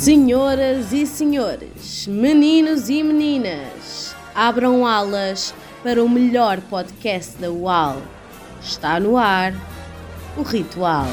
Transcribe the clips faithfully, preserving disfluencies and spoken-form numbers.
Senhoras e senhores, meninos e meninas, abram alas para o melhor podcast da U A L. Está no ar, o Ritual.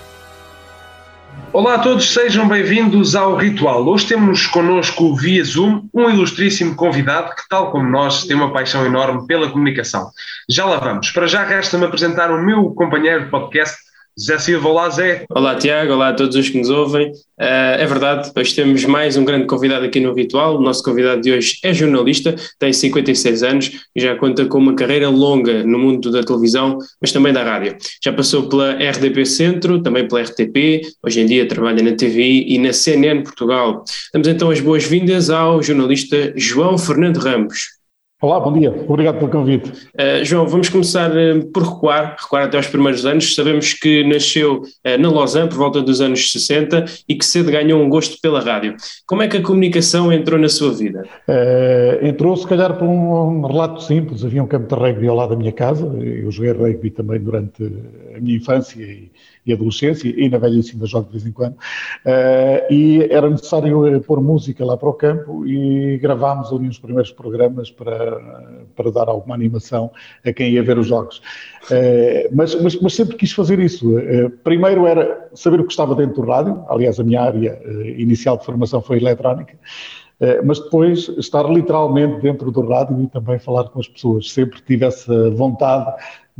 Olá a todos, sejam bem-vindos ao Ritual. Hoje temos connosco via Zoom um ilustríssimo convidado que, tal como nós, tem uma paixão enorme pela comunicação. Já lá vamos. Para já resta-me apresentar o meu companheiro de podcast, Zé Silva. Olá, Zé. Olá, Tiago. Olá a todos os que nos ouvem. Uh, é verdade, hoje temos mais um grande convidado aqui no Ritual. O nosso convidado de hoje é jornalista, tem cinquenta e seis anos e já conta com uma carreira longa no mundo da televisão, mas também da rádio. Já passou pela R D P Centro, também pela R T P, hoje em dia trabalha na T V I e na C N N Portugal. Damos então as boas-vindas ao jornalista João Fernando Ramos. Olá, bom dia. Obrigado pelo convite. Uh, João, vamos começar uh, por recuar, recuar até aos primeiros anos. Sabemos que nasceu uh, na Lausanne por volta dos anos sessenta e que cedo ganhou um gosto pela rádio. Como é que a comunicação entrou na sua vida? Uh, entrou, se calhar, por um, um relato simples. Havia um campo de rugby ao lado da minha casa. Eu joguei rugby também durante a minha infância e, e adolescência, e na velhice ainda jogo de vez em quando. Uh, e era necessário pôr música lá para o campo e gravámos ali uns primeiros programas para para dar alguma animação a quem ia ver os jogos. Uh, mas, mas, mas sempre quis fazer isso. Uh, primeiro era saber o que estava dentro do rádio, aliás a minha área uh, inicial de formação foi eletrónica, uh, mas depois estar literalmente dentro do rádio e também falar com as pessoas. Sempre tive essa vontade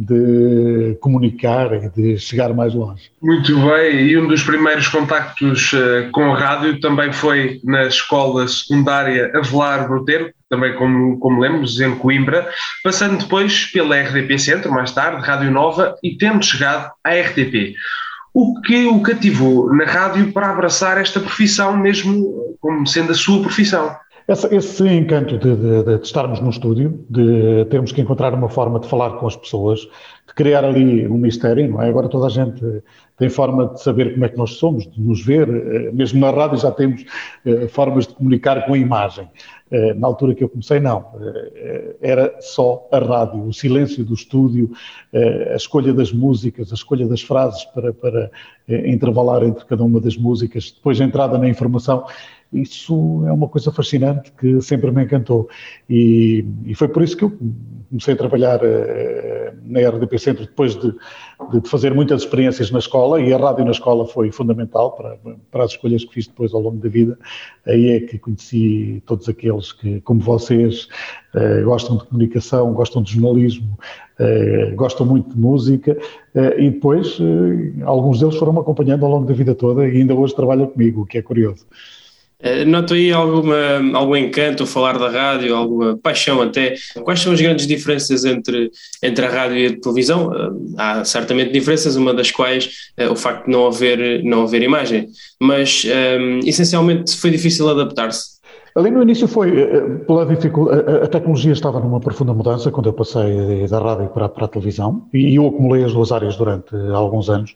de comunicar e de chegar mais longe. Muito bem, e um dos primeiros contactos uh, com a rádio também foi na escola secundária Avelar Brotero, também como, como lemos, em Coimbra, passando depois pela R D P Centro, mais tarde, Rádio Nova, e tendo chegado à R T P. O que o cativou na rádio para abraçar esta profissão, mesmo como sendo a sua profissão? Esse, esse encanto de, de, de estarmos num estúdio, de termos que encontrar uma forma de falar com as pessoas, de criar ali um mistério, não é? Agora toda a gente tem forma de saber como é que nós somos, de nos ver, mesmo na rádio já temos uh, formas de comunicar com a imagem. Uh, na altura que eu comecei, não. Uh, era só a rádio, o silêncio do estúdio, uh, a escolha das músicas, a escolha das frases para, para uh, intervalar entre cada uma das músicas, depois a entrada na informação. Isso é uma coisa fascinante que sempre me encantou e, e foi por isso que eu comecei a trabalhar uh, na R D P Centro depois de, de fazer muitas experiências na escola, e a rádio na escola foi fundamental para, para as escolhas que fiz depois ao longo da vida. Aí é que conheci todos aqueles que, como vocês, uh, gostam de comunicação, gostam de jornalismo, uh, gostam muito de música uh, e depois uh, alguns deles foram-me acompanhando ao longo da vida toda e ainda hoje trabalham comigo, o que é curioso. Noto aí alguma, algum encanto ao falar da rádio, alguma paixão até. Quais são as grandes diferenças entre, entre a rádio e a televisão? Há certamente diferenças, uma das quais é o facto de não haver, não haver imagem, mas um, essencialmente foi difícil adaptar-se. Ali no início foi, pela dificuldade, a tecnologia estava numa profunda mudança quando eu passei da rádio para, para a televisão, e eu acumulei as duas áreas durante alguns anos.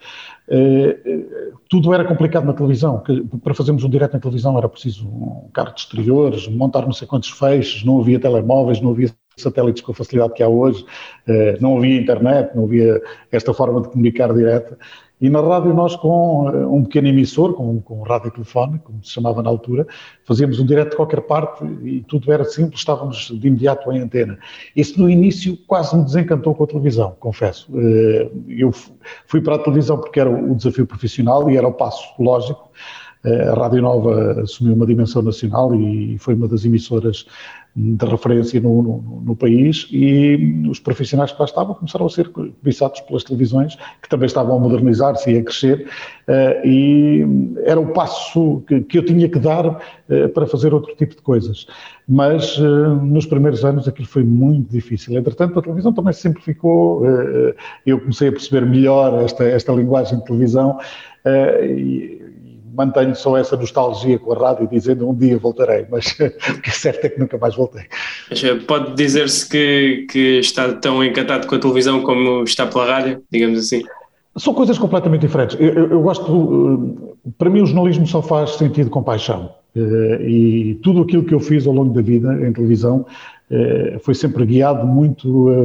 Tudo era complicado na televisão. Para fazermos um direto na televisão era preciso um carro de exteriores, montar não sei quantos feixes, não havia telemóveis, não havia satélites com a facilidade que há hoje, não havia internet, não havia esta forma de comunicar direta. E na rádio nós, com um pequeno emissor, com, com um radiotelefone, como se chamava na altura, fazíamos um direto de qualquer parte e tudo era simples, estávamos de imediato em antena. Isso no início quase me desencantou com a televisão, confesso. Eu fui para a televisão porque era o desafio profissional e era o passo lógico. A Rádio Nova assumiu uma dimensão nacional e foi uma das emissoras de referência no, no, no país, e os profissionais que lá estavam começaram a ser cobiçados pelas televisões, que também estavam a modernizar-se e a crescer, uh, e era o passo que, que eu tinha que dar uh, para fazer outro tipo de coisas. Mas uh, nos primeiros anos aquilo foi muito difícil. Entretanto, a televisão também se simplificou, uh, eu comecei a perceber melhor esta, esta linguagem de televisão, uh, e mantenho só essa nostalgia com a rádio, dizendo um dia voltarei, mas o que é certo é que nunca mais voltei. Pode dizer-se que, que está tão encantado com a televisão como está pela rádio, digamos assim? São coisas completamente diferentes. Eu, eu, eu gosto, para mim o jornalismo só faz sentido com paixão, e tudo aquilo que eu fiz ao longo da vida em televisão foi sempre guiado muito mais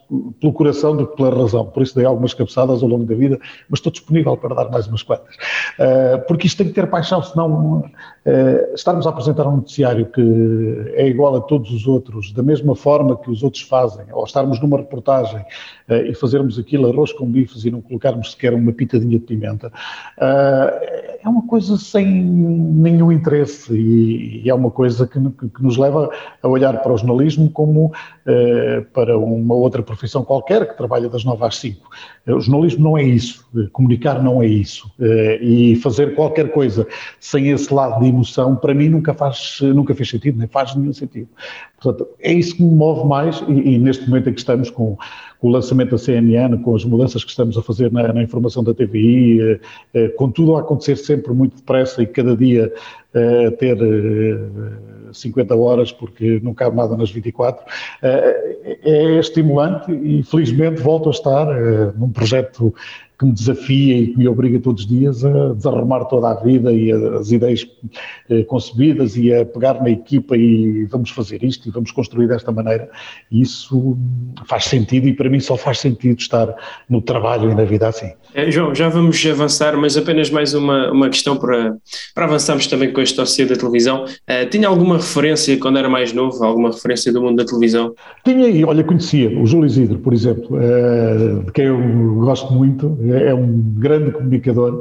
pelo coração do que pela razão, por isso dei algumas cabeçadas ao longo da vida, mas estou disponível para dar mais umas quantas. Uh, porque isto tem que ter paixão, senão uh, estarmos a apresentar um noticiário que é igual a todos os outros, da mesma forma que os outros fazem, ou estarmos numa reportagem uh, e fazermos aquilo arroz com bifes e não colocarmos sequer uma pitadinha de pimenta, uh, é uma coisa sem nenhum interesse e, e é uma coisa que, que nos leva a olhar para o jornalismo como uh, para uma outra profissão qualquer que trabalha das nove às cinco. O jornalismo não é isso, comunicar não é isso, e fazer qualquer coisa sem esse lado de emoção, para mim nunca faz, nunca fez sentido, nem faz nenhum sentido. Portanto, é isso que me move mais, e, e neste momento em que estamos com, com o lançamento da C N N, com as mudanças que estamos a fazer na, na informação da T V I, eh, eh, com tudo a acontecer sempre muito depressa e cada dia eh, ter eh, cinquenta horas, porque não cabe nada nas vinte e quatro, eh, é estimulante e felizmente volto a estar eh, num projeto que me desafia e que me obriga todos os dias a desarrumar toda a vida e as ideias eh, concebidas e a pegar na equipa e vamos fazer isto e vamos construir desta maneira. E isso faz sentido e para mim só faz sentido estar no trabalho e na vida assim. É, João, já vamos avançar, mas apenas mais uma, uma questão para, para avançarmos também com este dossiê da televisão. Uh, tinha alguma referência quando era mais novo, alguma referência do mundo da televisão? Tinha, e olha, conhecia o Júlio Isidro, por exemplo, uh, de quem eu gosto muito, é um grande comunicador.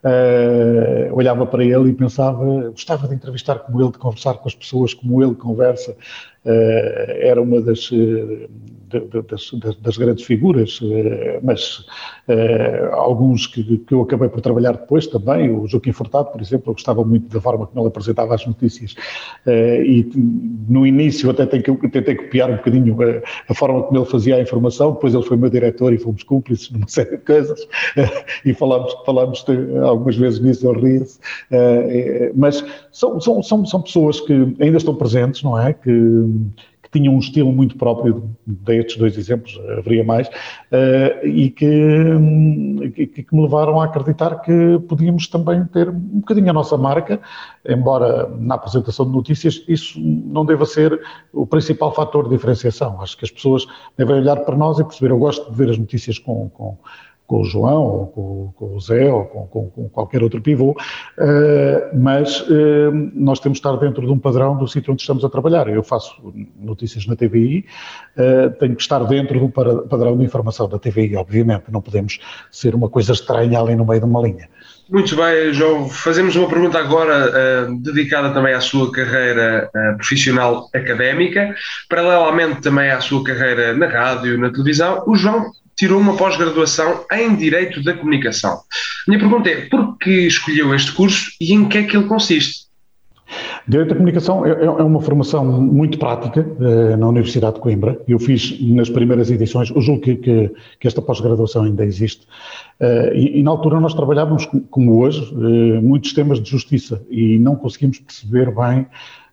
Uh, olhava para ele e pensava, gostava de entrevistar como ele, de conversar com as pessoas como ele conversa. Uh, era uma das, de, de, das, das grandes figuras, uh, mas uh, alguns que, que eu acabei por trabalhar depois também, o Joaquim Furtado, por exemplo, eu gostava muito da forma como ele apresentava as notícias, uh, e no início até tentei, tentei copiar um bocadinho a, a forma como ele fazia a informação, depois ele foi meu diretor e fomos cúmplices numa série de coisas, uh, e falámos, falámos de, algumas vezes nisso, eu ria-se, uh, mas são, são, são, são pessoas que ainda estão presentes, não é? Que, que tinham um estilo muito próprio, dei estes dois exemplos, haveria mais, uh, e que, que, que me levaram a acreditar que podíamos também ter um bocadinho a nossa marca, embora na apresentação de notícias isso não deva ser o principal fator de diferenciação. Acho que as pessoas devem olhar para nós e perceber, eu gosto de ver as notícias com... com com o João, ou com, com o Zé, ou com, com, com qualquer outro pivô, uh, mas uh, nós temos de estar dentro de um padrão do sítio onde estamos a trabalhar. Eu faço notícias na T V I, uh, tenho que estar dentro do padrão de informação da T V I, obviamente, não podemos ser uma coisa estranha ali no meio de uma linha. Muito bem, João. Fazemos uma pergunta agora uh, dedicada também à sua carreira uh, profissional académica, paralelamente também à sua carreira na rádio, na televisão. O João tirou uma pós-graduação em Direito da Comunicação. Minha pergunta é, por que escolheu este curso e em que é que ele consiste? Direito da Comunicação é, é uma formação muito prática eh, na Universidade de Coimbra. Eu fiz nas primeiras edições, eu julgo que, que, que esta pós-graduação ainda existe, eh, e, e na altura nós trabalhávamos, como hoje, eh, muitos temas de justiça e não conseguimos perceber bem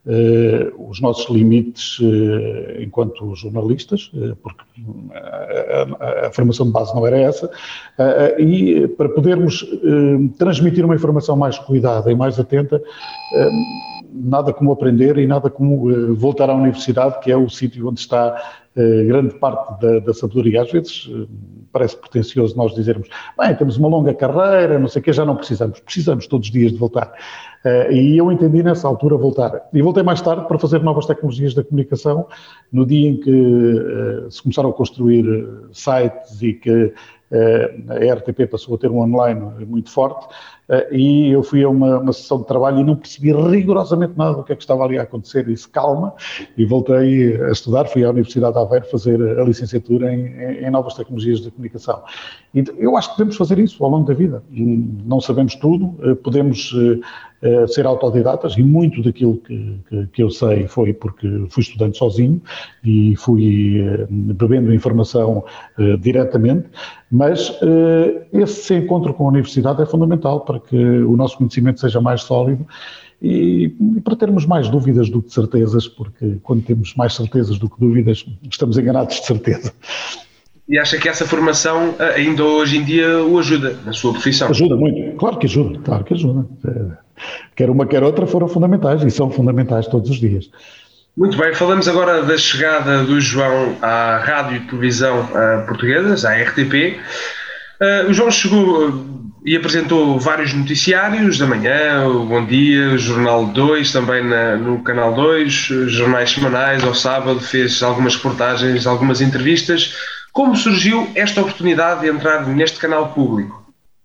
Uh, os nossos limites uh, enquanto jornalistas, uh, porque a, a, a formação de base não era essa, uh, e para podermos uh, transmitir uma informação mais cuidada e mais atenta, uh, nada como aprender e nada como uh, voltar à universidade, que é o sítio onde está uh, grande parte da, da sabedoria. Às vezes uh, parece pretencioso nós dizermos, bem, temos uma longa carreira, não sei o quê, já não precisamos, precisamos todos os dias de voltar. Uh, e eu entendi nessa altura voltar. E voltei mais tarde para fazer novas tecnologias da comunicação, no dia em que uh, se começaram a construir uh, sites e que uh, a R T P passou a ter um online muito forte, uh, e eu fui a uma, uma sessão de trabalho e não percebi rigorosamente nada do que é que estava ali a acontecer, e disse calma, e voltei a estudar, fui à Universidade de Aveiro fazer a licenciatura em, em, em novas tecnologias da comunicação. E eu acho que devemos fazer isso ao longo da vida. Não sabemos tudo, uh, podemos... Uh, Uh, ser autodidatas, e muito daquilo que, que, que eu sei foi porque fui estudante sozinho e fui uh, bebendo informação uh, diretamente, mas uh, esse encontro com a universidade é fundamental para que o nosso conhecimento seja mais sólido e, e para termos mais dúvidas do que certezas, porque quando temos mais certezas do que dúvidas, estamos enganados de certeza. E acha que essa formação ainda hoje em dia o ajuda na sua profissão? Ajuda muito, claro que ajuda, claro que ajuda. Quer uma, quer outra foram fundamentais e são fundamentais todos os dias. Muito bem, falamos agora da chegada do João à rádio e televisão uh, portuguesas, à R T P. Uh, o João chegou e apresentou vários noticiários da manhã, o Bom Dia, o Jornal dois, também na, no Canal dois, jornais semanais, ao sábado fez algumas reportagens, algumas entrevistas. Como surgiu esta oportunidade de entrar neste canal público?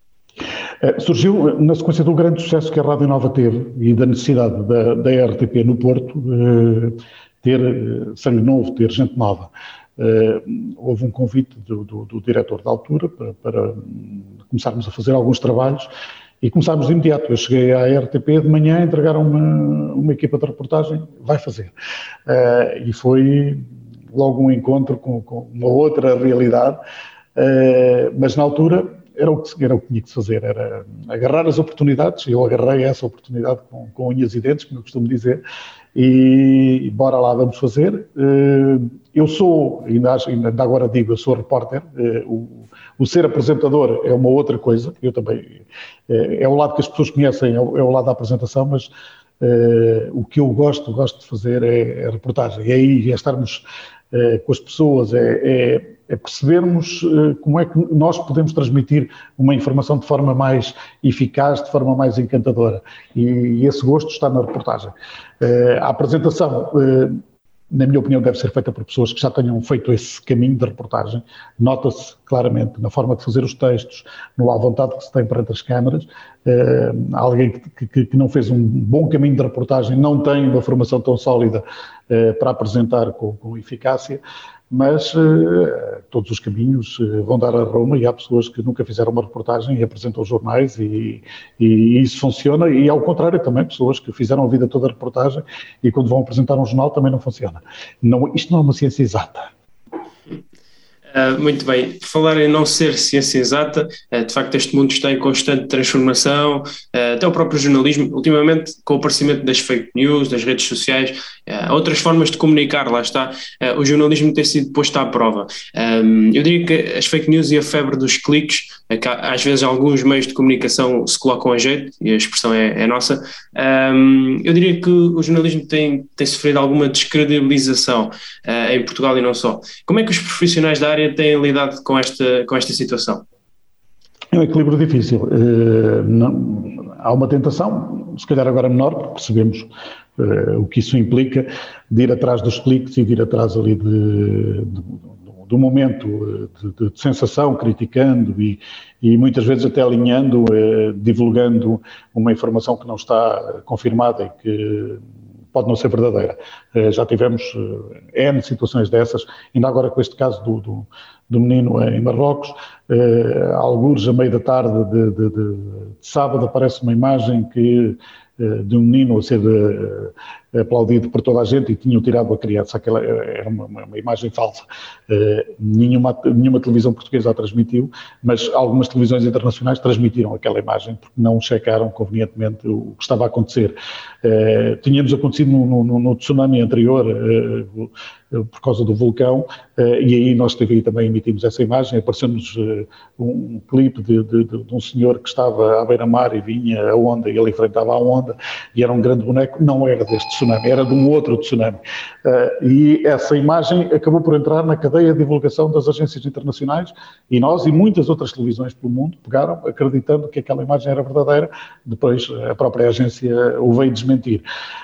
Surgiu na sequência do grande sucesso que a Rádio Nova teve e da necessidade da, da R T P no Porto ter sangue novo, ter gente nova. Houve um convite do, do, do diretor da altura para, para começarmos a fazer alguns trabalhos e começámos de imediato. Eu cheguei à R T P de manhã, entregaram uma, uma equipa de reportagem, vai fazer. E foi logo um encontro com, com uma outra realidade, mas na altura era o que, era o que tinha que se fazer, era agarrar as oportunidades, e eu agarrei essa oportunidade com, com unhas e dentes, como eu costumo dizer, e bora lá, vamos fazer. Eu sou, ainda, ainda agora digo, eu sou repórter, o, o ser apresentador é uma outra coisa, eu também, é o lado que as pessoas conhecem, é o lado da apresentação, mas o que eu gosto, gosto de fazer é a reportagem, e aí é estarmos com as pessoas, é, é, é percebermos como é que nós podemos transmitir uma informação de forma mais eficaz, de forma mais encantadora. E, e esse gosto está na reportagem. A apresentação, na minha opinião, deve ser feita por pessoas que já tenham feito esse caminho de reportagem. Nota-se claramente na forma de fazer os textos, no à vontade que se tem perante as câmaras. Uh, alguém que, que, que não fez um bom caminho de reportagem não tem uma formação tão sólida uh, para apresentar com, com eficácia, mas uh, todos os caminhos uh, vão dar a Roma, e há pessoas que nunca fizeram uma reportagem e apresentam jornais e, e isso funciona, e ao contrário também pessoas que fizeram a vida toda a reportagem e quando vão apresentar um jornal também não funciona. Não, isto não é uma ciência exata. Uh, muito bem, por falar em não ser ciência exata, uh, de facto este mundo está em constante transformação, uh, até o próprio jornalismo, ultimamente com o aparecimento das fake news, das redes sociais, uh, outras formas de comunicar, lá está, uh, o jornalismo tem sido posto à prova. Um, eu diria que as fake news e a febre dos cliques, uh, que às vezes alguns meios de comunicação se colocam a jeito, e a expressão é, é nossa, um, eu diria que o jornalismo tem, tem sofrido alguma descredibilização uh, em Portugal e não só. Como é que os profissionais da área têm lidado com esta, com esta situação? É um equilíbrio difícil. Uh, não, há uma tentação, se calhar agora menor, porque percebemos uh, o que isso implica, de ir atrás dos cliques e de ir atrás ali de, de, do momento de, de, de sensação, criticando e, e muitas vezes até alinhando, uh, divulgando uma informação que não está confirmada e que pode não ser verdadeira. Já tivemos N situações dessas, ainda agora com este caso do, do, do menino em Marrocos, eh, algures a meio da tarde de, de, de, de sábado aparece uma imagem que, de um menino a ser uh, aplaudido por toda a gente e tinham tirado a criança. Aquela era uma, uma, uma imagem falsa. Uh, nenhuma, nenhuma televisão portuguesa a transmitiu, mas algumas televisões internacionais transmitiram aquela imagem porque não checaram convenientemente o que estava a acontecer. Uh, tínhamos acontecido no, no, no tsunami anterior, uh, por causa do vulcão, e aí nós T V I também emitimos essa imagem. Apareceu-nos um clipe de, de, de um senhor que estava à beira-mar e vinha a onda e ele enfrentava a onda e era um grande boneco. Não era deste tsunami, era de um outro tsunami. E essa imagem acabou por entrar na cadeia de divulgação das agências internacionais e nós e muitas outras televisões pelo mundo pegaram acreditando que aquela imagem era verdadeira. Depois a própria agência o veio desmentir.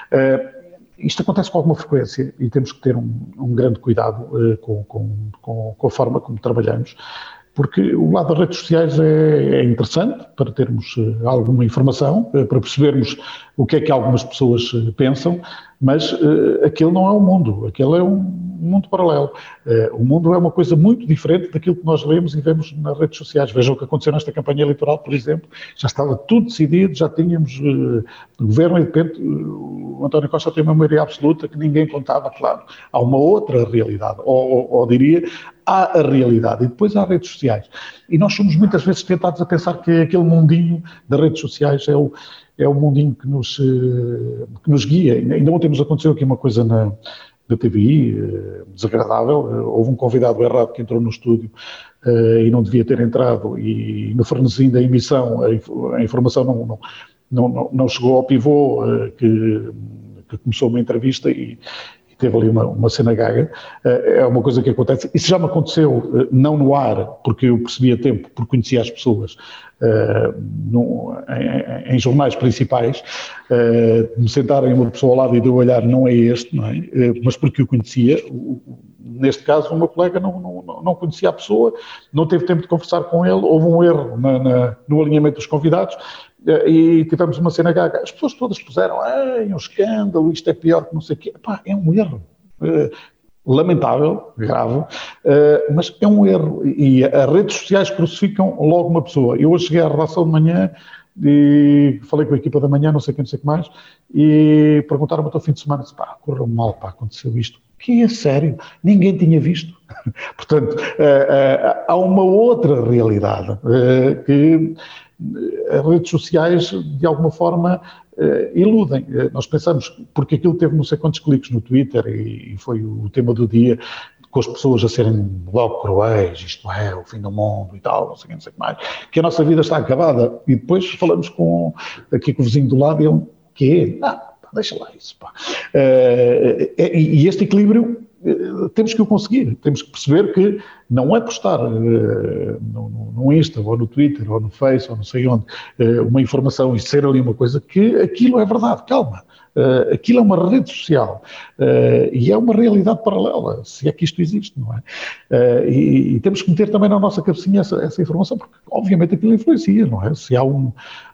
Isto acontece com alguma frequência e temos que ter um, um grande cuidado uh, com, com, com a forma como trabalhamos, porque o lado das redes sociais é, é interessante para termos uh, alguma informação, uh, para percebermos o que é que algumas pessoas uh, pensam, mas uh, aquele não é o mundo, aquele é um mundo paralelo. Uh, o mundo é uma coisa muito diferente daquilo que nós lemos e vemos nas redes sociais. Vejam o que aconteceu nesta campanha eleitoral, por exemplo, já estava tudo decidido, já tínhamos uh, governo e de repente uh, o António Costa tem uma maioria absoluta que ninguém contava, claro. Há uma outra realidade, ou, ou, ou diria, há a realidade e depois há redes sociais. E nós somos muitas vezes tentados a pensar que aquele mundinho das redes sociais é o, é o mundinho que nos, que nos guia. Ainda ontem nos aconteceu aqui uma coisa na, na T V I, desagradável. Houve um convidado errado que entrou no estúdio uh, e não devia ter entrado e no frenesim da emissão a, a informação não, não, não, não chegou ao pivô uh, que, que começou uma entrevista e teve ali uma, uma cena gaga, é uma coisa que acontece. Isso já me aconteceu, não no ar, porque eu percebi a tempo, porque conhecia as pessoas, no, em, em jornais principais, me sentarem uma pessoa ao lado e de eu olhar, não é este, não é? Mas porque eu conhecia. Neste caso, o meu colega não, não, não conhecia a pessoa, não teve tempo de conversar com ele, houve um erro na, na, no alinhamento dos convidados e tivemos uma cena gaga. As pessoas todas puseram, é um escândalo, isto é pior que não sei o quê. Epá, é um erro. Lamentável, grave, mas é um erro. E as redes sociais crucificam logo uma pessoa. Eu hoje cheguei à redação de manhã e falei com a equipa da manhã, não sei quem, não sei o que mais, e perguntaram-me até o fim de semana, disse, pá, correu mal, pá, aconteceu isto. Que é sério, ninguém tinha visto. Portanto, há uma outra realidade que as redes sociais, de alguma forma, iludem. Nós pensamos, porque aquilo teve não sei quantos cliques no Twitter e foi o tema do dia, com as pessoas a serem logo cruéis, isto é, o fim do mundo e tal, não sei o que, não sei o que mais, que a nossa vida está acabada. E depois falamos com, aqui com o vizinho do lado e ele, quê? Não, deixa lá isso, pá. Uh, e, e este equilíbrio uh, temos que o conseguir, temos que perceber que não é postar uh, no, no Insta, ou no Twitter, ou no Face, ou não sei onde, uh, uma informação e ser ali uma coisa, que aquilo é verdade, calma. Uh, aquilo é uma rede social uh, e é uma realidade paralela, se é que isto existe, não é? Uh, e, e temos que meter também na nossa cabecinha essa, essa informação, porque obviamente aquilo influencia, não é? Se há um,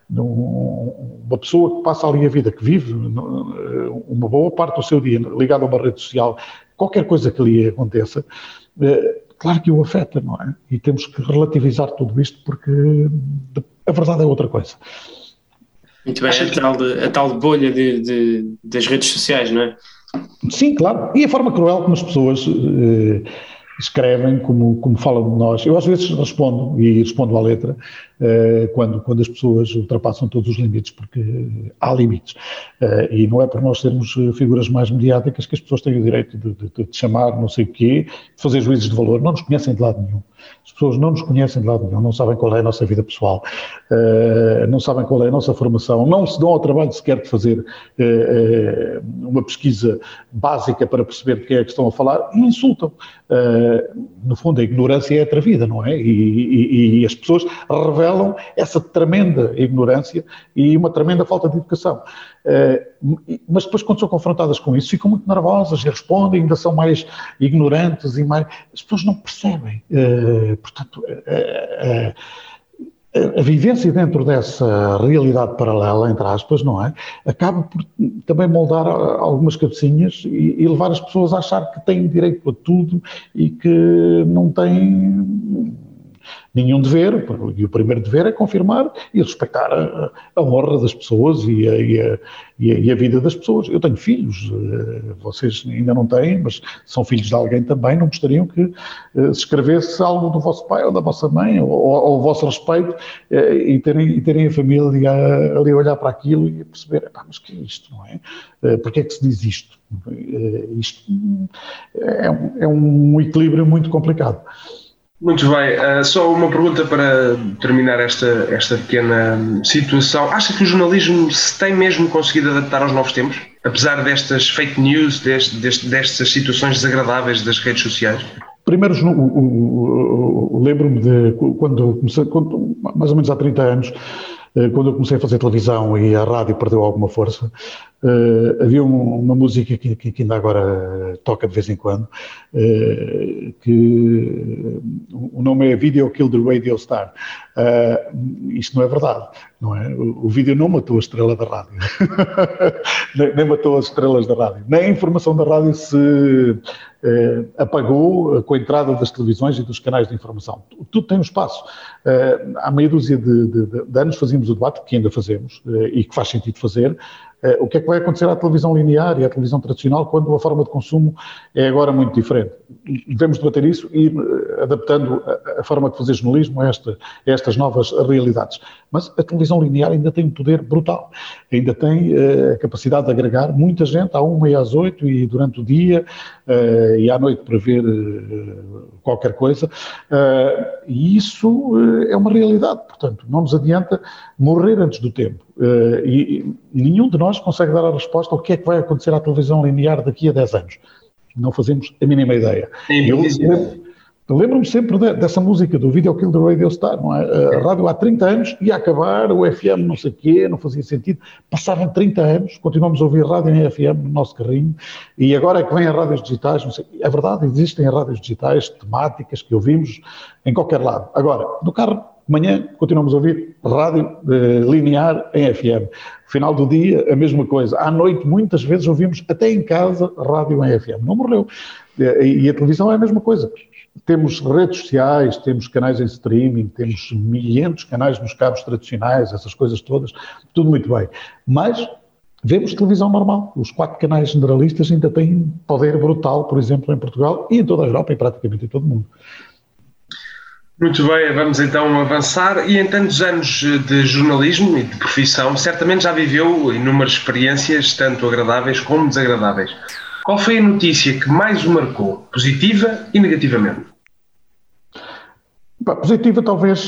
um, uma pessoa que passa ali a vida, que vive uma boa parte do seu dia ligada a uma rede social, qualquer coisa que lhe aconteça, uh, claro que o afeta, não é? E temos que relativizar tudo isto porque a verdade é outra coisa. Muito bem, a tal, de, a tal bolha de, de, das redes sociais, não é? Sim, claro. E a forma cruel como as pessoas eh, escrevem, como, como falam de nós. Eu às vezes respondo, e respondo à letra, eh, quando, quando as pessoas ultrapassam todos os limites, porque há limites. Eh, e não é por nós sermos figuras mais mediáticas que as pessoas têm o direito de, de, de chamar não sei o quê, de fazer juízos de valor. Não nos conhecem de lado nenhum. As pessoas não nos conhecem de lado nenhum, não sabem qual é a nossa vida pessoal, uh, não sabem qual é a nossa formação, não se dão ao trabalho sequer de fazer uh, uh, uma pesquisa básica para perceber de quem é que estão a falar e insultam. Uh, no fundo, a ignorância é atrevida, não é? E, e, e as pessoas revelam essa tremenda ignorância e uma tremenda falta de educação. Uh, mas depois, quando são confrontadas com isso, ficam muito nervosas e respondem, ainda são mais ignorantes e mais... As pessoas não percebem. Uh, portanto, uh, uh, a vivência dentro dessa realidade paralela, entre aspas, não é? Acaba por também moldar algumas cabecinhas e, e levar as pessoas a achar que têm direito a tudo e que não têm nenhum dever, e o primeiro dever é confirmar e respeitar a, a honra das pessoas e a, e, a, e a vida das pessoas. Eu tenho filhos, vocês ainda não têm, mas são filhos de alguém também, não gostariam que se escrevesse algo do vosso pai ou da vossa mãe, ou, ou ao vosso respeito, e terem, e terem a família ali a olhar para aquilo e a perceber, mas que é isto, não é? Porque é que se diz isto? Isto é um, é um equilíbrio muito complicado. Muito bem, uh, só uma pergunta para terminar esta, esta pequena situação. Acha que o jornalismo se tem mesmo conseguido adaptar aos novos tempos? Apesar destas fake news, deste, deste, destas situações desagradáveis das redes sociais? Primeiro, lembro-me de quando comecei, quando, mais ou menos há trinta anos, quando eu comecei a fazer televisão e a rádio perdeu alguma força, uh, havia um, uma música que, que ainda agora toca de vez em quando, uh, que o nome é Video Kill the Radio Star. Uh, isto não é verdade, não é? O, o vídeo não matou a estrela da rádio, nem, nem matou as estrelas da rádio, nem a informação da rádio se uh, apagou com a entrada das televisões e dos canais de informação. Tudo tem um espaço. Uh, há meia dúzia de, de, de anos fazíamos o debate, que ainda fazemos, uh, e que faz sentido fazer, uh, o que é que vai acontecer à televisão linear e à televisão tradicional quando a forma de consumo é agora muito diferente. Devemos debater isso e uh, adaptando a, a forma de fazer jornalismo a, esta, a estas novas realidades. Mas a televisão linear ainda tem um poder brutal, ainda tem uh, a capacidade de agregar muita gente à uma e às oito e durante o dia uh, e à noite para ver uh, qualquer coisa, uh, e isso uh, é uma realidade, portanto, não nos adianta morrer antes do tempo. Uh, e, e nenhum de nós consegue dar a resposta ao que é que vai acontecer à televisão linear daqui a dez anos. não fazemos a mínima ideia. É eu lembro, lembro-me sempre de, dessa música do Video Kill the Radio Star, não é? A rádio há trinta anos ia acabar, o F M não sei o quê, não fazia sentido. Passaram trinta anos, continuamos a ouvir rádio em F M no nosso carrinho, e agora é que vêm as rádios digitais, não sei. É verdade, existem rádios digitais temáticas que ouvimos em qualquer lado. Agora, no carro, de manhã, continuamos a ouvir rádio eh, linear em F M. Final do dia, a mesma coisa. À noite, muitas vezes, ouvimos até em casa rádio em F M. Não morreu. E a televisão é a mesma coisa. Temos redes sociais, temos canais em streaming, temos milhares de canais nos cabos tradicionais, essas coisas todas, tudo muito bem. Mas vemos televisão normal. Os quatro canais generalistas ainda têm poder brutal, por exemplo, em Portugal e em toda a Europa e praticamente em todo o mundo. Muito bem, vamos então avançar. E em tantos anos de jornalismo e de profissão, certamente já viveu inúmeras experiências, tanto agradáveis como desagradáveis. Qual foi a notícia que mais o marcou, positiva e negativamente? Positiva, talvez,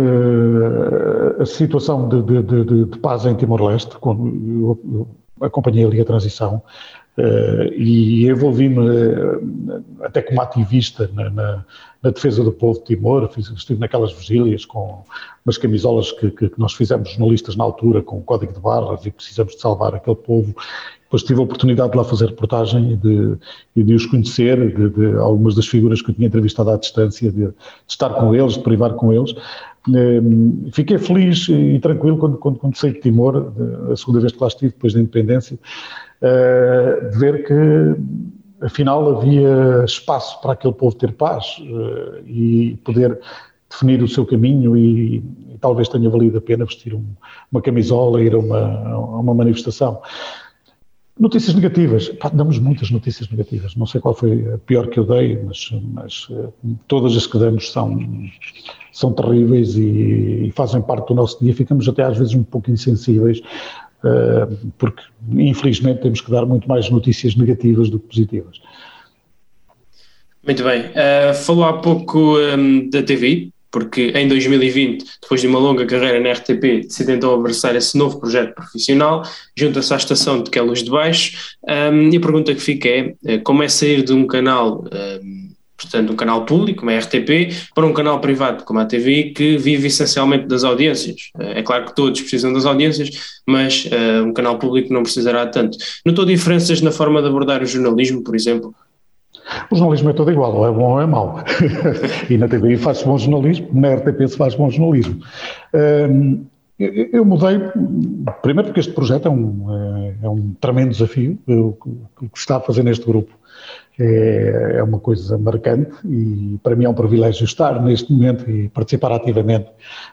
a situação de, de, de, de paz em Timor-Leste, quando eu acompanhei ali a transição e envolvi-me até como ativista na, na, na defesa do povo de Timor. Fiz, estive naquelas vigílias com umas camisolas que, que, que nós fizemos jornalistas na altura, com o código de barras, e precisamos de salvar aquele povo. Depois tive a oportunidade de lá fazer reportagem e de, de, de os conhecer, de, de algumas das figuras que eu tinha entrevistado à distância, de, de estar com eles, de privar com eles. Um, fiquei feliz e tranquilo quando, quando, quando saí de Timor, de, a segunda vez que lá estive, depois da independência, uh, de ver que, afinal, havia espaço para aquele povo ter paz uh, e poder definir o seu caminho e, e talvez tenha valido a pena vestir um, uma camisola e ir a uma, a uma manifestação. Notícias negativas, pá, damos muitas notícias negativas, não sei qual foi a pior que eu dei, mas, mas todas as que damos são, são terríveis e, e fazem parte do nosso dia. Ficamos até às vezes um pouco insensíveis, uh, porque infelizmente temos que dar muito mais notícias negativas do que positivas. Muito bem, uh, falou há pouco um, da T V I, porque em dois mil e vinte, depois de uma longa carreira na R T P, decidiu então abraçar esse novo projeto profissional, junta-se à estação de Queluz de Baixo, um, e a pergunta que fica é, como é sair de um canal, um, portanto um canal público, como a R T P, para um canal privado como a T V I, que vive essencialmente das audiências? É claro que todos precisam das audiências, mas uh, um canal público não precisará tanto. Notou diferenças na forma de abordar o jornalismo, por exemplo? O jornalismo é todo igual, ou é bom ou é mau. E na T V I faz-se bom jornalismo, na R T P se faz bom jornalismo. Um, eu, eu mudei, primeiro porque este projeto é um, é, é um tremendo desafio. O que está a fazer neste grupo é, é uma coisa marcante e para mim é um privilégio estar neste momento e participar ativamente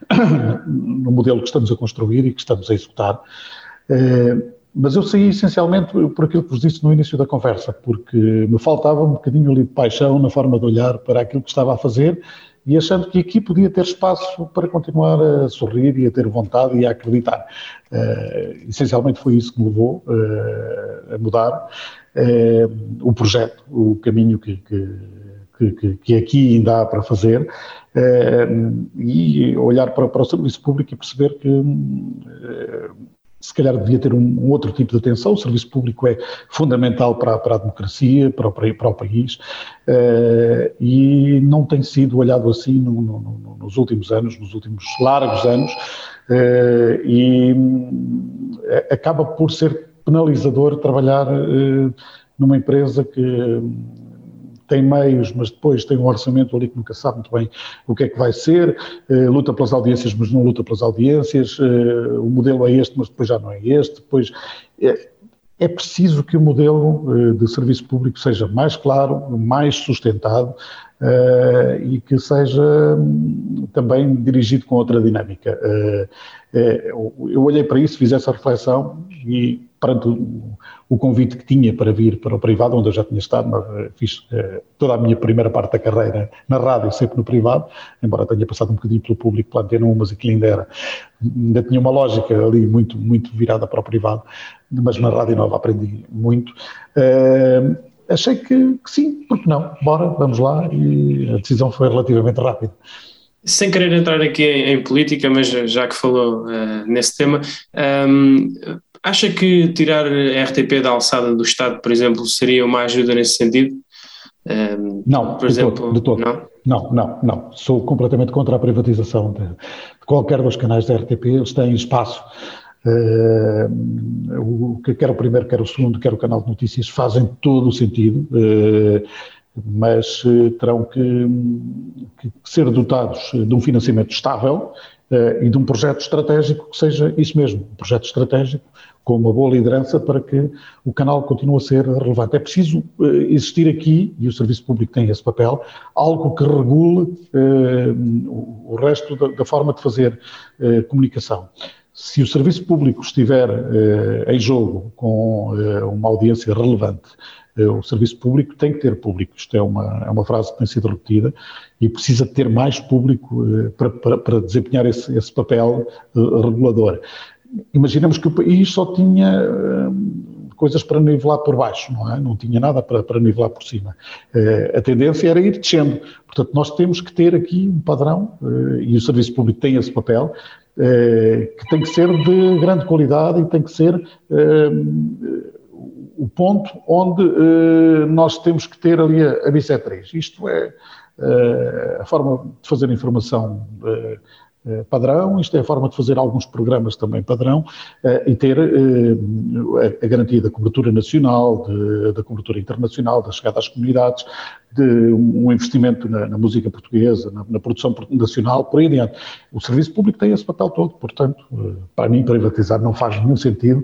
no modelo que estamos a construir e que estamos a executar. Uh, Mas eu saí essencialmente por aquilo que vos disse no início da conversa, porque me faltava um bocadinho ali de paixão na forma de olhar para aquilo que estava a fazer e achando que aqui podia ter espaço para continuar a sorrir e a ter vontade e a acreditar. Uh, essencialmente foi isso que me levou uh, a mudar uh, o projeto, o caminho que, que, que, que aqui ainda há para fazer, uh, e olhar para, para o serviço público e perceber que uh, se calhar devia ter um, um outro tipo de atenção. O serviço público é fundamental para, para a democracia, para o, para o país, uh, e não tem sido olhado assim no, no, no, nos últimos anos, nos últimos largos anos, uh, e um, acaba por ser penalizador trabalhar uh, numa empresa que tem meios, mas depois tem um orçamento ali que nunca sabe muito bem o que é que vai ser, uh, luta pelas audiências, mas não luta pelas audiências, uh, o modelo é este, mas depois já não é este. Depois, é, é preciso que o modelo uh, de serviço público seja mais claro, mais sustentado, uh, e que seja um, também dirigido com outra dinâmica. Uh, uh, eu olhei para isso, fiz essa reflexão e, perante o, o convite que tinha para vir para o privado, onde eu já tinha estado, fiz uh, toda a minha primeira parte da carreira na rádio, sempre no privado, embora tenha passado um bocadinho pelo público, pela Antena um, mas aquilo ainda era, ainda tinha uma lógica ali muito, muito virada para o privado, mas na Rádio Nova aprendi muito. Uh, achei que, que sim, porque não, bora, vamos lá, e a decisão foi relativamente rápida. Sem querer entrar aqui em, em política, mas já que falou uh, nesse tema, um, acha que tirar a R T P da alçada do Estado, por exemplo, seria uma ajuda nesse sentido? Um, não, por de exemplo, todo, de todo. Não? Não, não, não. Sou completamente contra a privatização de, de qualquer dos canais da R T P. Eles têm espaço. Uh, o, quer o primeiro, quer o segundo, quer o canal de notícias, fazem todo o sentido. Uh, mas uh, terão que, que ser dotados de um financiamento estável uh, e de um projeto estratégico que seja isso mesmo, um projeto estratégico com uma boa liderança para que o canal continue a ser relevante. É preciso uh, existir aqui, e o Serviço Público tem esse papel, algo que regule uh, o, o resto da, da forma de fazer uh, comunicação. Se o Serviço Público estiver uh, em jogo com uh, uma audiência relevante, o Serviço Público tem que ter público. Isto é uma, é uma frase que tem sido repetida e precisa ter mais público uh, para, para, para desempenhar esse, esse papel uh, regulador. Imaginemos que o país só tinha uh, coisas para nivelar por baixo, não é? Não tinha nada para, para nivelar por cima. Uh, a tendência era ir descendo. Portanto, nós temos que ter aqui um padrão, uh, e o Serviço Público tem esse papel, uh, que tem que ser de grande qualidade e tem que ser Uh, o ponto onde uh, nós temos que ter ali a, a bissetriz. Isto é uh, a forma de fazer informação uh, uh, padrão, isto é a forma de fazer alguns programas também padrão uh, e ter uh, a, a garantia da cobertura nacional, de, da cobertura internacional, da chegada às comunidades, de um investimento na, na música portuguesa, na, na produção nacional, por aí adiante. O Serviço Público tem esse papel todo, portanto, para mim, privatizar não faz nenhum sentido.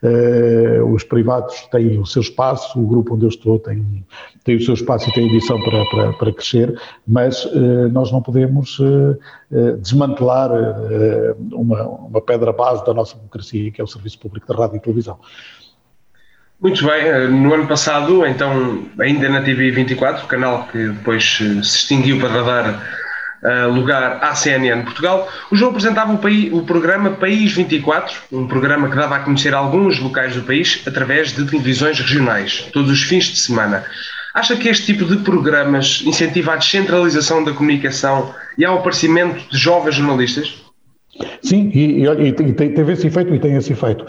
Uh, os privados têm o seu espaço, o grupo onde eu estou tem, tem o seu espaço e tem ambição para, para, para crescer, mas uh, nós não podemos uh, uh, desmantelar uh, uma, uma pedra base da nossa democracia, que é o Serviço Público de Rádio e Televisão. Muito bem, no ano passado, então, ainda na T V vinte e quatro, canal que depois se extinguiu para dar uh, lugar à C N N Portugal, o João apresentava o, país, o programa País vinte e quatro, um programa que dava a conhecer alguns locais do país através de televisões regionais, todos os fins de semana. Acha que este tipo de programas incentiva a descentralização da comunicação e ao aparecimento de jovens jornalistas? Sim, e, e, e teve esse efeito e tem esse efeito.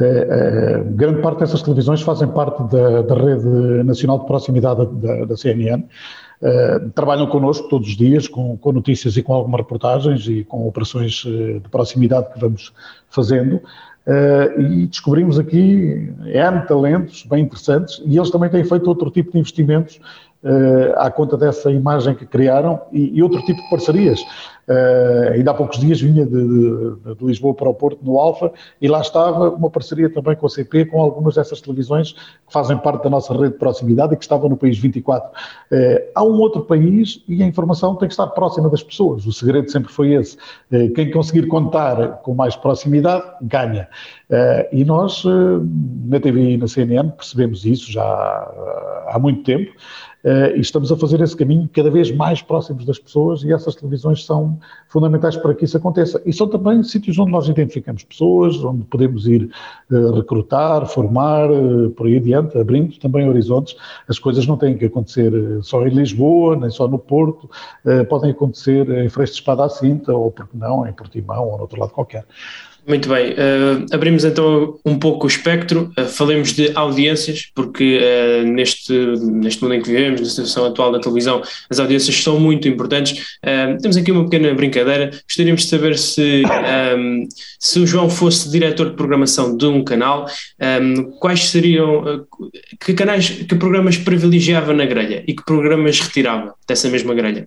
Uh, uh, grande parte dessas televisões fazem parte da, da rede nacional de proximidade da, da C N N. Uh, trabalham connosco todos os dias com, com notícias e com algumas reportagens e com operações de proximidade que vamos fazendo. Uh, e descobrimos aqui N talentos bem interessantes e eles também têm feito outro tipo de investimentos uh, à conta dessa imagem que criaram e, e outro tipo de parcerias. Uh, ainda há poucos dias vinha de, de, de Lisboa para o Porto, no Alfa, e lá estava uma parceria também com a C P, com algumas dessas televisões que fazem parte da nossa rede de proximidade e que estavam no País vinte e quatro. Uh, há um outro país e a informação tem que estar próxima das pessoas. O segredo sempre foi esse. Uh, quem conseguir contar com mais proximidade, ganha. Uh, e nós, uh, na T V e na C N N, percebemos isso já há, há muito tempo. Uh, e estamos a fazer esse caminho cada vez mais próximos das pessoas e essas televisões são fundamentais para que isso aconteça. E são também sítios onde nós identificamos pessoas, onde podemos ir uh, recrutar, formar, uh, por aí adiante, abrindo também horizontes. As coisas não têm que acontecer só em Lisboa, nem só no Porto, uh, podem acontecer em Freixo de Espada à Cinta, ou, porque não, em Portimão, ou no outro lado qualquer. Muito bem, uh, abrimos então um pouco o espectro, uh, falemos de audiências, porque uh, neste, neste mundo em que vivemos, na situação atual da televisão, as audiências são muito importantes. Uh, temos aqui uma pequena brincadeira, gostaríamos de saber se, um, se o João fosse diretor de programação de um canal, um, quais seriam, uh, que canais, que programas privilegiava na grelha e que programas retirava dessa mesma grelha?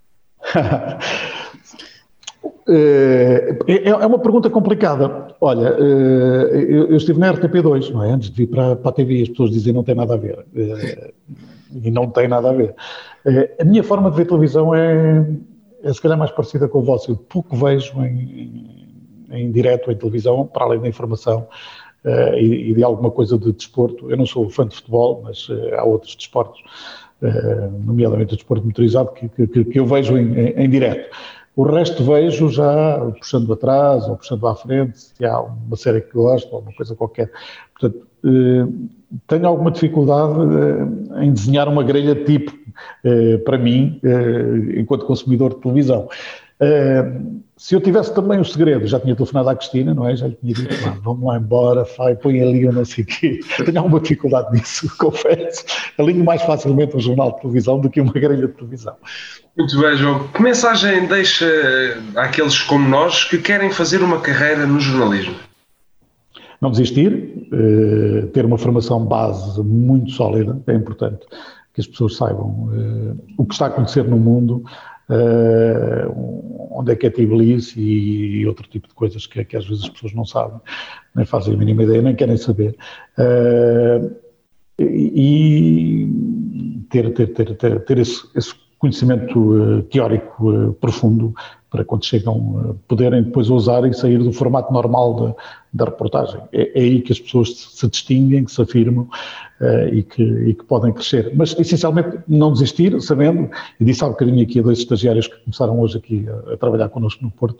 É uma pergunta complicada. Olha, eu estive na R T P dois, não é? Antes de vir para, para a T V, as pessoas dizem que não tem nada a ver. E não tem nada a ver. A minha forma de ver televisão é, é se calhar mais parecida com a vossa. Eu pouco vejo em, em direto em televisão, para além da informação e, e de alguma coisa de desporto. Eu não sou fã de futebol, mas há outros desportos, nomeadamente o desporto motorizado, que, que, que eu vejo em, em, em direto. O resto vejo já puxando atrás ou puxando à frente, se há uma série que gosto ou uma coisa qualquer. Portanto, eh, tenho alguma dificuldade eh, em desenhar uma grelha tipo eh, para mim, eh, enquanto consumidor de televisão. Uh, se eu tivesse também o segredo, já tinha telefonado à Cristina, não é? Já lhe tinha dito, ah, vamos lá embora, vai, põe ali, eu não sei o quê. Tenho alguma dificuldade nisso, confesso. Alinho mais facilmente um jornal de televisão do que uma grelha de televisão. Muito bem, João. Que mensagem deixa àqueles como nós que querem fazer uma carreira no jornalismo? Não desistir, uh, ter uma formação base muito sólida, é importante que as pessoas saibam uh, o que está a acontecer no mundo, uh, onde é que é Tbilisi e outro tipo de coisas que, que às vezes as pessoas não sabem, nem fazem a mínima ideia, nem querem saber. Uh, e ter, ter, ter, ter, ter esse, esse conhecimento uh, teórico uh, profundo para quando chegam uh, poderem depois ousar e sair do formato normal da, da reportagem. É, é aí que as pessoas se distinguem, que se afirmam uh, e, que, e que podem crescer. Mas, essencialmente, não desistir, sabendo, e disse há um bocadinho aqui a dois estagiários que começaram hoje aqui a, a trabalhar connosco no Porto,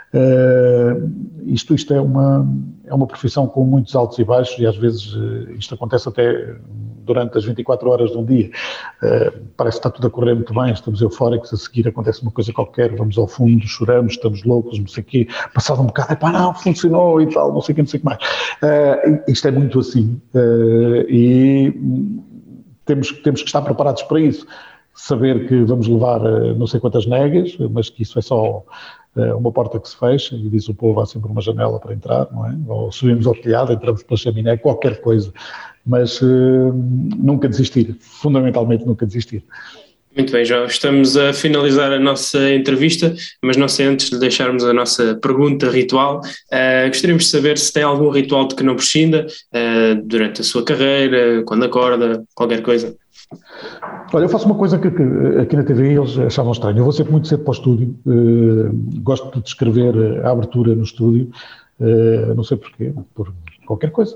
uh, isto, isto é, uma, é uma profissão com muitos altos e baixos e às vezes uh, isto acontece até durante as vinte e quatro horas de um dia. Uh, parece que está tudo a correr muito bem, estamos eufóricos, a seguir acontece uma coisa qualquer, vamos ao fundo, choramos, estamos loucos, não sei o quê, passado um bocado, epá, não, funcionou e tal, não sei o que, não sei o que mais. Uh, isto é muito assim uh, e temos, temos que estar preparados para isso, saber que vamos levar uh, não sei quantas negas, mas que isso é só uh, uma porta que se fecha e diz o povo há sempre uma janela para entrar, não é? Ou subimos ao telhado, entramos pela chaminé, qualquer coisa, mas uh, nunca desistir, fundamentalmente nunca desistir. Muito bem, João, estamos a finalizar a nossa entrevista, mas não sei antes de deixarmos a nossa pergunta ritual, uh, gostaríamos de saber se tem algum ritual de que não prescinda uh, durante a sua carreira, quando acorda, qualquer coisa. Olha, eu faço uma coisa que, que aqui na T V I eles achavam estranho, eu vou sempre muito cedo para o estúdio, uh, gosto de escrever a abertura no estúdio, uh, não sei porquê, por qualquer coisa.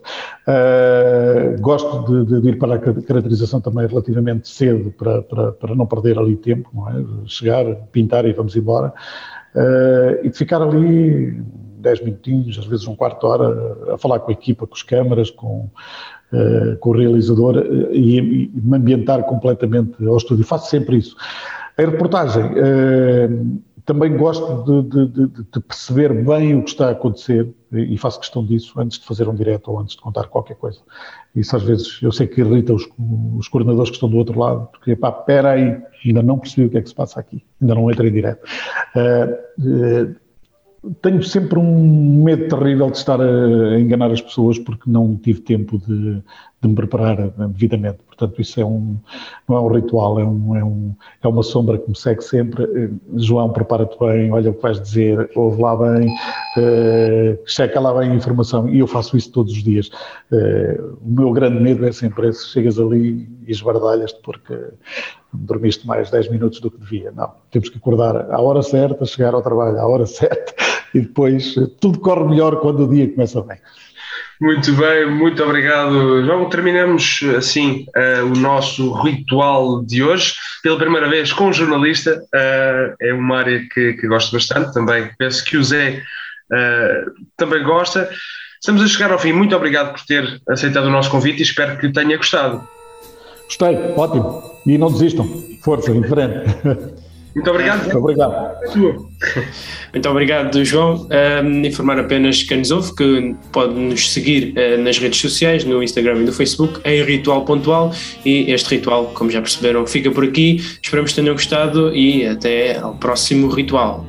Uh, gosto de, de, de ir para a caracterização também relativamente cedo para, para, para não perder ali tempo, não é? Chegar, pintar e vamos embora. Uh, e de ficar ali dez minutinhos, às vezes um quarto de hora, a falar com a equipa, com as câmaras, com, uh, com o realizador uh, e, e me ambientar completamente ao estúdio. Faço sempre isso. A reportagem... Uh, Também gosto de, de, de, de perceber bem o que está a acontecer e faço questão disso antes de fazer um direto ou antes de contar qualquer coisa. Isso às vezes eu sei que irrita os, os coordenadores que estão do outro lado, porque pá, espera aí, ainda não percebi o que é que se passa aqui, ainda não entrei em direto. Uh, uh, tenho sempre um medo terrível de estar a enganar as pessoas porque não tive tempo de, de me preparar devidamente. Portanto, isso é um, não é um ritual, é, um, é, um, é uma sombra que me segue sempre. João, prepara-te bem, olha o que vais dizer, ouve lá bem, uh, checa lá bem a informação, e eu faço isso todos os dias. Uh, o meu grande medo é sempre esse, chegas ali e esbardalhas-te porque dormiste mais dez minutos do que devia. Não, temos que acordar à hora certa, chegar ao trabalho à hora certa, e depois tudo corre melhor quando o dia começa bem. Muito bem, muito obrigado, João. Terminamos assim uh, o nosso ritual de hoje, pela primeira vez com um jornalista. Uh, é uma área que, que gosto bastante também, penso que o Zé uh, também gosta. Estamos a chegar ao fim, muito obrigado por ter aceitado o nosso convite e espero que tenha gostado. Gostei, ótimo, e não desistam, força, indiferente. Muito obrigado. Muito obrigado. Muito obrigado, João. Um, informar apenas quem nos ouve que pode nos seguir uh, nas redes sociais, no Instagram e no Facebook, em Ritual Pontual, e este ritual, como já perceberam, fica por aqui. Esperamos que tenham gostado e até ao próximo ritual.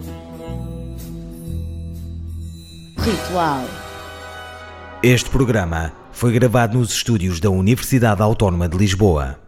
Ritual. Este programa foi gravado nos estúdios da Universidade Autónoma de Lisboa.